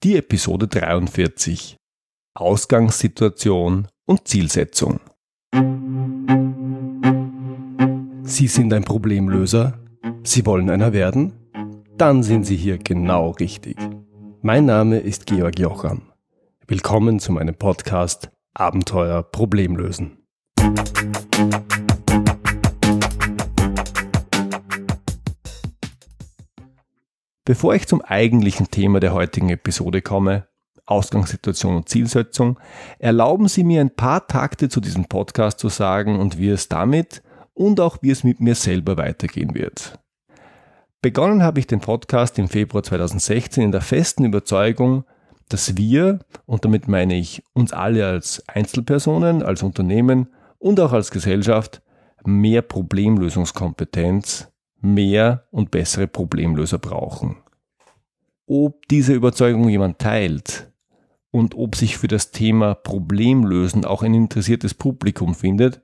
Die Episode 43. Ausgangssituation und Zielsetzung. Sie sind ein Problemlöser? Sie wollen einer werden? Dann sind Sie hier genau richtig. Mein Name ist Georg Jocham. Willkommen zu meinem Podcast Abenteuer Problemlösen. Bevor ich zum eigentlichen Thema der heutigen Episode komme, Ausgangssituation und Zielsetzung, erlauben Sie mir ein paar Takte zu diesem Podcast zu sagen und wie es damit und auch wie es mit mir selber weitergehen wird. Begonnen habe ich den Podcast im Februar 2016 in der festen Überzeugung, dass wir, und damit meine ich uns alle als Einzelpersonen, als Unternehmen und auch als Gesellschaft, mehr Problemlösungskompetenz, mehr und bessere Problemlöser brauchen. Ob diese Überzeugung jemand teilt und ob sich für das Thema Problemlösen auch ein interessiertes Publikum findet,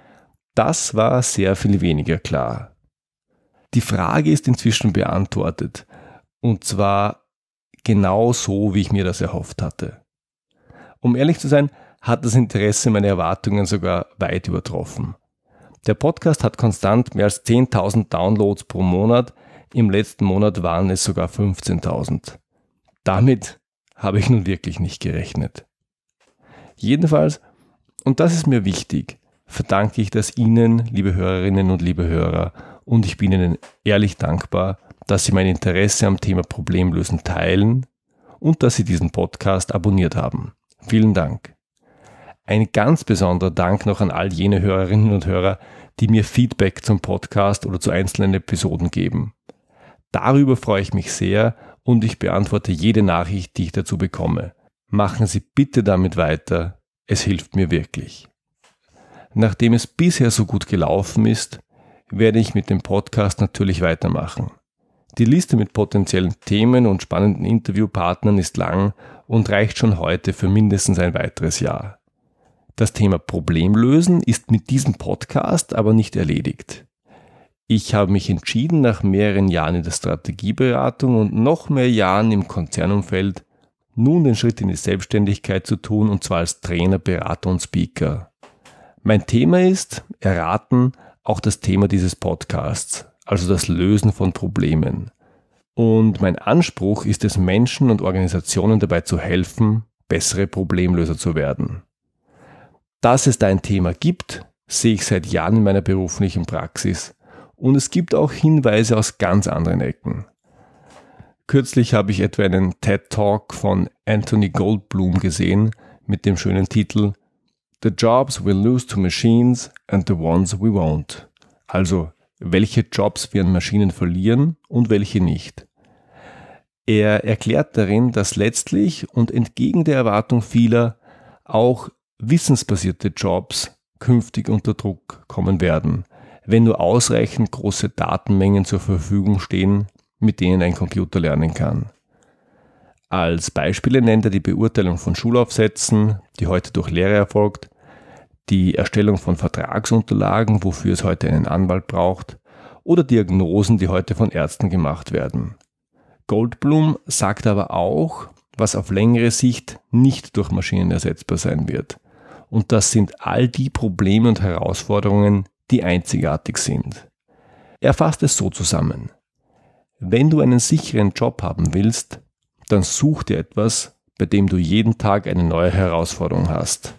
das war sehr viel weniger klar. Die Frage ist inzwischen beantwortet, und zwar genau so, wie ich mir das erhofft hatte. Um ehrlich zu sein, hat das Interesse meine Erwartungen sogar weit übertroffen. Der Podcast hat konstant mehr als 10.000 Downloads pro Monat, im letzten Monat waren es sogar 15.000. Damit habe ich nun wirklich nicht gerechnet. Jedenfalls, und das ist mir wichtig, verdanke ich das Ihnen, liebe Hörerinnen und liebe Hörer, und ich bin Ihnen ehrlich dankbar, dass Sie mein Interesse am Thema Problemlösen teilen und dass Sie diesen Podcast abonniert haben. Vielen Dank. Ein ganz besonderer Dank noch an all jene Hörerinnen und Hörer, die mir Feedback zum Podcast oder zu einzelnen Episoden geben. Darüber freue ich mich sehr und ich beantworte jede Nachricht, die ich dazu bekomme. Machen Sie bitte damit weiter, es hilft mir wirklich. Nachdem es bisher so gut gelaufen ist, werde ich mit dem Podcast natürlich weitermachen. Die Liste mit potenziellen Themen und spannenden Interviewpartnern ist lang und reicht schon heute für mindestens ein weiteres Jahr. Das Thema Problemlösen ist mit diesem Podcast aber nicht erledigt. Ich habe mich entschieden, nach mehreren Jahren in der Strategieberatung und noch mehr Jahren im Konzernumfeld nun den Schritt in die Selbstständigkeit zu tun, und zwar als Trainer, Berater und Speaker. Mein Thema ist, erraten, auch das Thema dieses Podcasts, also das Lösen von Problemen. Und mein Anspruch ist es, Menschen und Organisationen dabei zu helfen, bessere Problemlöser zu werden. Dass es da ein Thema gibt, sehe ich seit Jahren in meiner beruflichen Praxis, und es gibt auch Hinweise aus ganz anderen Ecken. Kürzlich habe ich etwa einen TED-Talk von Anthony Goldbloom gesehen mit dem schönen Titel The Jobs We'll Lose to Machines and the Ones We Won't. Also, welche Jobs wir an Maschinen verlieren und welche nicht. Er erklärt darin, dass letztlich und entgegen der Erwartung vieler auch wissensbasierte Jobs künftig unter Druck kommen werden, wenn nur ausreichend große Datenmengen zur Verfügung stehen, mit denen ein Computer lernen kann. Als Beispiele nennt er die Beurteilung von Schulaufsätzen, die heute durch Lehrer erfolgt, die Erstellung von Vertragsunterlagen, wofür es heute einen Anwalt braucht, oder Diagnosen, die heute von Ärzten gemacht werden. Goldbloom sagt aber auch, was auf längere Sicht nicht durch Maschinen ersetzbar sein wird. Und das sind all die Probleme und Herausforderungen, die einzigartig sind. Er fasst es so zusammen. Wenn du einen sicheren Job haben willst, dann such dir etwas, bei dem du jeden Tag eine neue Herausforderung hast.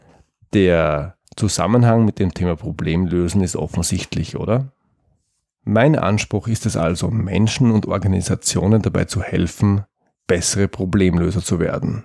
Der Zusammenhang mit dem Thema Problemlösen ist offensichtlich, oder? Mein Anspruch ist es also, Menschen und Organisationen dabei zu helfen, bessere Problemlöser zu werden.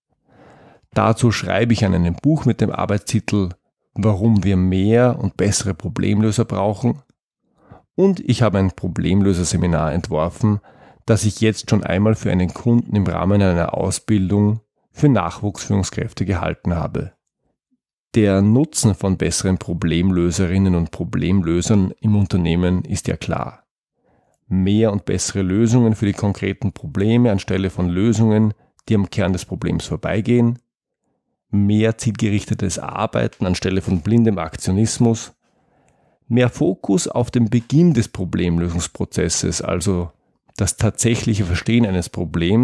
Dazu schreibe ich an einem Buch mit dem Arbeitstitel Warum wir mehr und bessere Problemlöser brauchen. Und ich habe ein Problemlöserseminar entworfen, das ich jetzt schon einmal für einen Kunden im Rahmen einer Ausbildung für Nachwuchsführungskräfte gehalten habe. Der Nutzen von besseren Problemlöserinnen und Problemlösern im Unternehmen ist ja klar. Mehr und bessere Lösungen für die konkreten Probleme anstelle von Lösungen, die am Kern des Problems vorbeigehen. Mehr zielgerichtetes Arbeiten anstelle von blindem Aktionismus. Mehr Fokus auf den Beginn des Problemlösungsprozesses, also das tatsächliche Verstehen eines Problems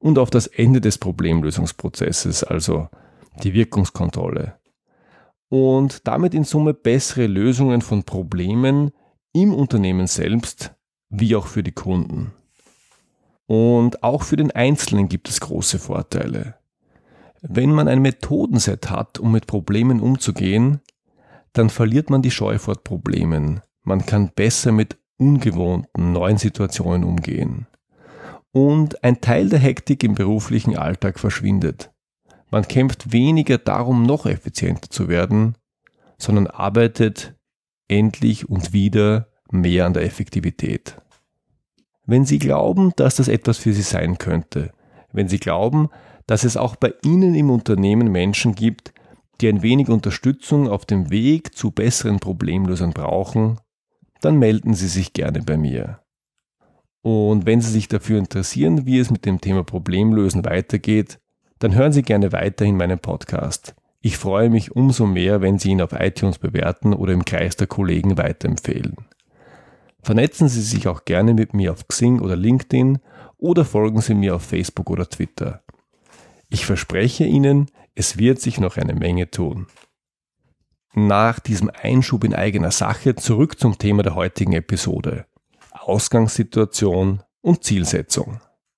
und auf das Ende des Problemlösungsprozesses, also die Wirkungskontrolle. Und damit in Summe bessere Lösungen von Problemen im Unternehmen selbst, wie auch für die Kunden. Und auch für den Einzelnen gibt es große Vorteile. Wenn man ein Methodenset hat, um mit Problemen umzugehen, dann verliert man die Scheu vor Problemen. Man kann besser mit ungewohnten, neuen Situationen umgehen. Und ein Teil der Hektik im beruflichen Alltag verschwindet. Man kämpft weniger darum, noch effizienter zu werden, sondern arbeitet endlich und wieder mehr an der Effektivität. Wenn Sie glauben, dass das etwas für Sie sein könnte, wenn Sie glauben, dass es auch bei Ihnen im Unternehmen Menschen gibt, die ein wenig Unterstützung auf dem Weg zu besseren Problemlösern brauchen, dann melden Sie sich gerne bei mir. Und wenn Sie sich dafür interessieren, wie es mit dem Thema Problemlösen weitergeht, dann hören Sie gerne weiterhin meinen Podcast. Ich freue mich umso mehr, wenn Sie ihn auf iTunes bewerten oder im Kreis der Kollegen weiterempfehlen. Vernetzen Sie sich auch gerne mit mir auf Xing oder LinkedIn oder folgen Sie mir auf Facebook oder Twitter. Ich verspreche Ihnen, es wird sich noch eine Menge tun. Nach diesem Einschub in eigener Sache zurück zum Thema der heutigen Episode. Ausgangssituation und Zielsetzung.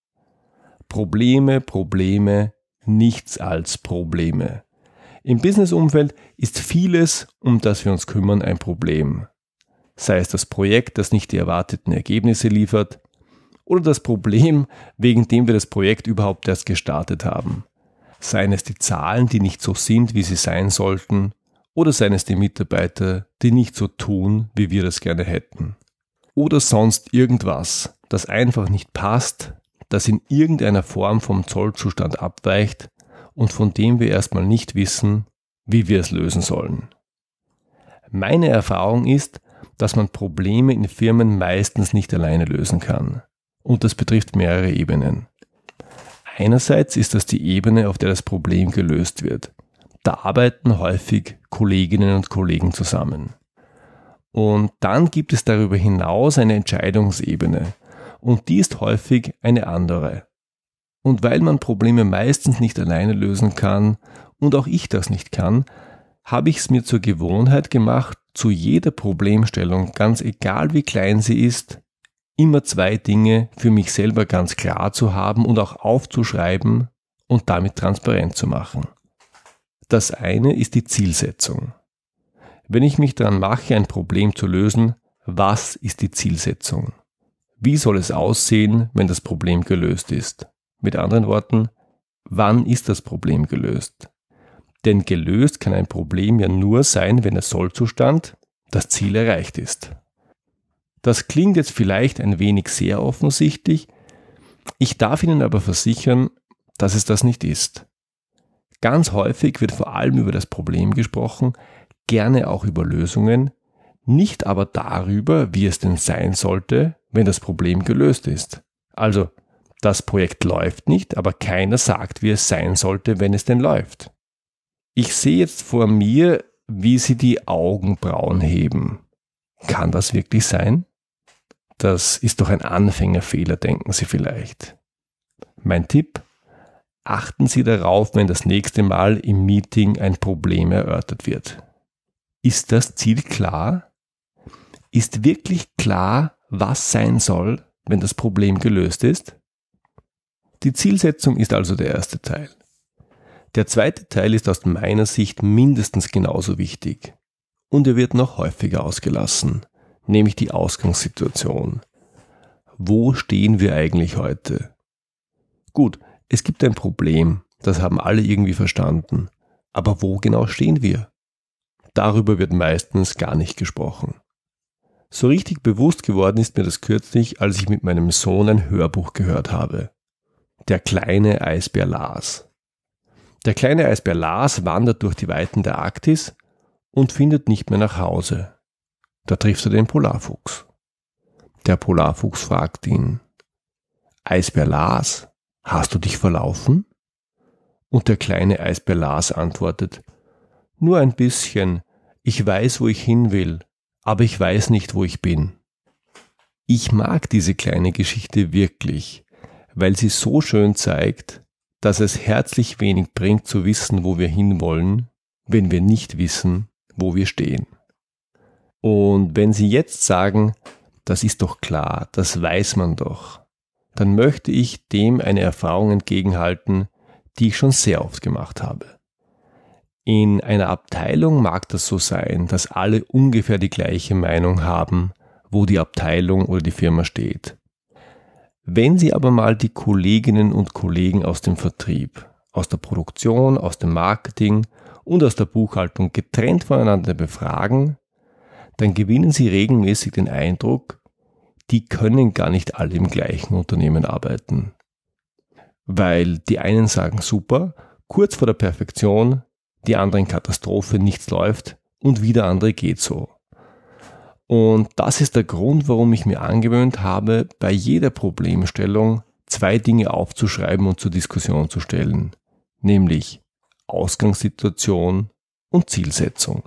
Probleme, nichts als Probleme. Im Businessumfeld ist vieles, um das wir uns kümmern, ein Problem. Sei es das Projekt, das nicht die erwarteten Ergebnisse liefert, oder das Problem, wegen dem wir das Projekt überhaupt erst gestartet haben. Seien es die Zahlen, die nicht so sind, wie sie sein sollten, oder seien es die Mitarbeiter, die nicht so tun, wie wir das gerne hätten. Oder sonst irgendwas, das einfach nicht passt, das in irgendeiner Form vom Sollzustand abweicht und von dem wir erstmal nicht wissen, wie wir es lösen sollen. Meine Erfahrung ist, dass man Probleme in Firmen meistens nicht alleine lösen kann. Und das betrifft mehrere Ebenen. Einerseits ist das die Ebene, auf der das Problem gelöst wird. Da arbeiten häufig Kolleginnen und Kollegen zusammen. Und dann gibt es darüber hinaus eine Entscheidungsebene. Und die ist häufig eine andere. Und weil man Probleme meistens nicht alleine lösen kann und auch ich das nicht kann, habe ich es mir zur Gewohnheit gemacht, zu jeder Problemstellung, ganz egal wie klein sie ist, immer 2 Dinge für mich selber ganz klar zu haben und auch aufzuschreiben und damit transparent zu machen. Das eine ist die Zielsetzung. Wenn ich mich daran mache, ein Problem zu lösen, was ist die Zielsetzung? Wie soll es aussehen, wenn das Problem gelöst ist? Mit anderen Worten, wann ist das Problem gelöst? Denn gelöst kann ein Problem ja nur sein, wenn der Sollzustand, das Ziel erreicht ist. Das klingt jetzt vielleicht ein wenig sehr offensichtlich, ich darf Ihnen aber versichern, dass es das nicht ist. Ganz häufig wird vor allem über das Problem gesprochen, gerne auch über Lösungen, nicht aber darüber, wie es denn sein sollte, wenn das Problem gelöst ist. Also, das Projekt läuft nicht, aber keiner sagt, wie es sein sollte, wenn es denn läuft. Ich sehe jetzt vor mir, wie Sie die Augenbrauen heben. Kann das wirklich sein? Das ist doch ein Anfängerfehler, denken Sie vielleicht. Mein Tipp: Achten Sie darauf, wenn das nächste Mal im Meeting ein Problem erörtert wird. Ist das Ziel klar? Ist wirklich klar, was sein soll, wenn das Problem gelöst ist? Die Zielsetzung ist also der erste Teil. Der zweite Teil ist aus meiner Sicht mindestens genauso wichtig. Und er wird noch häufiger ausgelassen, nämlich die Ausgangssituation. Wo stehen wir eigentlich heute? Gut, es gibt ein Problem, das haben alle irgendwie verstanden. Aber wo genau stehen wir? Darüber wird meistens gar nicht gesprochen. So richtig bewusst geworden ist mir das kürzlich, als ich mit meinem Sohn ein Hörbuch gehört habe. Der kleine Eisbär Lars. Der kleine Eisbär Lars wandert durch die Weiten der Arktis und findet nicht mehr nach Hause. Da trifft er den Polarfuchs. Der Polarfuchs fragt ihn: Eisbär Lars, hast du dich verlaufen? Und der kleine Eisbär Lars antwortet: Nur ein bisschen, ich weiß, wo ich hin will, aber ich weiß nicht, wo ich bin. Ich mag diese kleine Geschichte wirklich, weil sie so schön zeigt, dass es herzlich wenig bringt zu wissen, wo wir hinwollen, wenn wir nicht wissen, wo wir stehen. Und wenn Sie jetzt sagen, das ist doch klar, das weiß man doch, dann möchte ich dem eine Erfahrung entgegenhalten, die ich schon sehr oft gemacht habe. In einer Abteilung mag das so sein, dass alle ungefähr die gleiche Meinung haben, wo die Abteilung oder die Firma steht. Wenn Sie aber mal die Kolleginnen und Kollegen aus dem Vertrieb, aus der Produktion, aus dem Marketing und aus der Buchhaltung getrennt voneinander befragen, dann gewinnen Sie regelmäßig den Eindruck, die können gar nicht alle im gleichen Unternehmen arbeiten. Weil die einen sagen super, kurz vor der Perfektion, die anderen Katastrophe, nichts läuft und wieder andere geht so. Und das ist der Grund, warum ich mir angewöhnt habe, bei jeder Problemstellung 2 Dinge aufzuschreiben und zur Diskussion zu stellen, nämlich Ausgangssituation und Zielsetzung.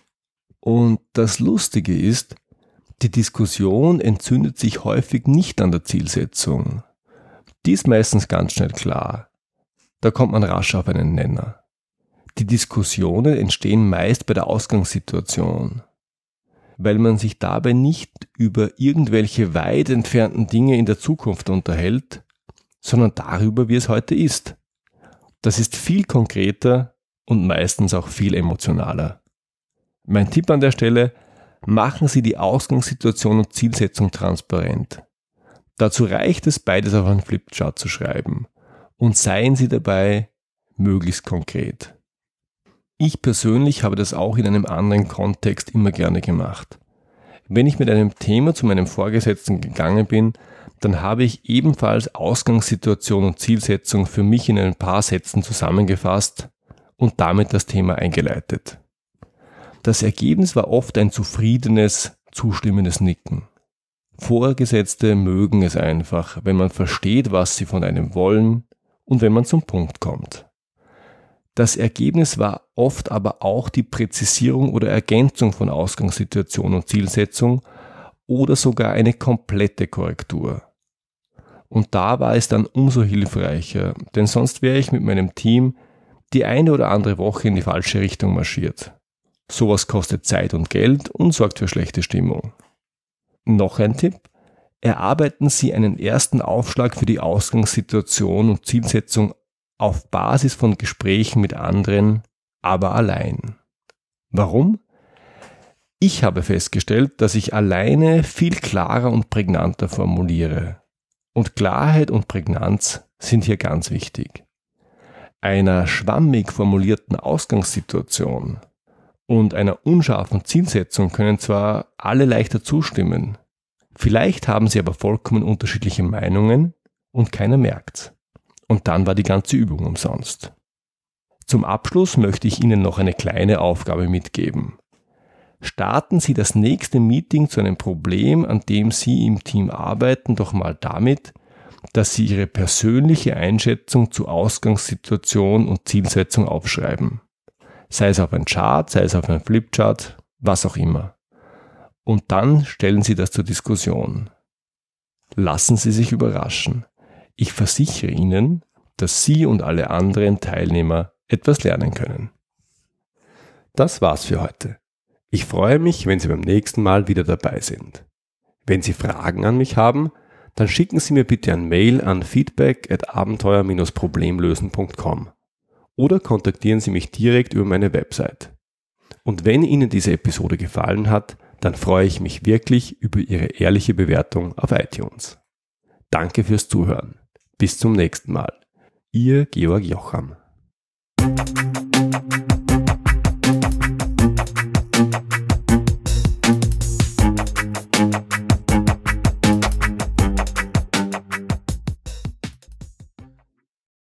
Und das Lustige ist, die Diskussion entzündet sich häufig nicht an der Zielsetzung. Die ist meistens ganz schnell klar. Da kommt man rasch auf einen Nenner. Die Diskussionen entstehen meist bei der Ausgangssituation, weil man sich dabei nicht über irgendwelche weit entfernten Dinge in der Zukunft unterhält, sondern darüber, wie es heute ist. Das ist viel konkreter und meistens auch viel emotionaler. Mein Tipp an der Stelle: machen Sie die Ausgangssituation und Zielsetzung transparent. Dazu reicht es, beides auf einen Flipchart zu schreiben und seien Sie dabei möglichst konkret. Ich persönlich habe das auch in einem anderen Kontext immer gerne gemacht. Wenn ich mit einem Thema zu meinem Vorgesetzten gegangen bin, dann habe ich ebenfalls Ausgangssituation und Zielsetzung für mich in ein paar Sätzen zusammengefasst und damit das Thema eingeleitet. Das Ergebnis war oft ein zufriedenes, zustimmendes Nicken. Vorgesetzte mögen es einfach, wenn man versteht, was sie von einem wollen und wenn man zum Punkt kommt. Das Ergebnis war oft aber auch die Präzisierung oder Ergänzung von Ausgangssituation und Zielsetzung oder sogar eine komplette Korrektur. Und da war es dann umso hilfreicher, denn sonst wäre ich mit meinem Team die eine oder andere Woche in die falsche Richtung marschiert. Sowas kostet Zeit und Geld und sorgt für schlechte Stimmung. Noch ein Tipp: Erarbeiten Sie einen ersten Aufschlag für die Ausgangssituation und Zielsetzung auf Basis von Gesprächen mit anderen, aber allein. Warum? Ich habe festgestellt, dass ich alleine viel klarer und prägnanter formuliere. Und Klarheit und Prägnanz sind hier ganz wichtig. Einer schwammig formulierten Ausgangssituation und einer unscharfen Zielsetzung können zwar alle leichter zustimmen, vielleicht haben sie aber vollkommen unterschiedliche Meinungen und keiner merkt's. Und dann war die ganze Übung umsonst. Zum Abschluss möchte ich Ihnen noch eine kleine Aufgabe mitgeben. Starten Sie das nächste Meeting zu einem Problem, an dem Sie im Team arbeiten, doch mal damit, dass Sie Ihre persönliche Einschätzung zu Ausgangssituation und Zielsetzung aufschreiben. Sei es auf ein Chart, sei es auf ein Flipchart, was auch immer. Und dann stellen Sie das zur Diskussion. Lassen Sie sich überraschen. Ich versichere Ihnen, dass Sie und alle anderen Teilnehmer etwas lernen können. Das war's für heute. Ich freue mich, wenn Sie beim nächsten Mal wieder dabei sind. Wenn Sie Fragen an mich haben, dann schicken Sie mir bitte ein Mail an feedback@abenteuer-problemlösen.com oder kontaktieren Sie mich direkt über meine Website. Und wenn Ihnen diese Episode gefallen hat, dann freue ich mich wirklich über Ihre ehrliche Bewertung auf iTunes. Danke fürs Zuhören. Bis zum nächsten Mal. Ihr Georg Jocham.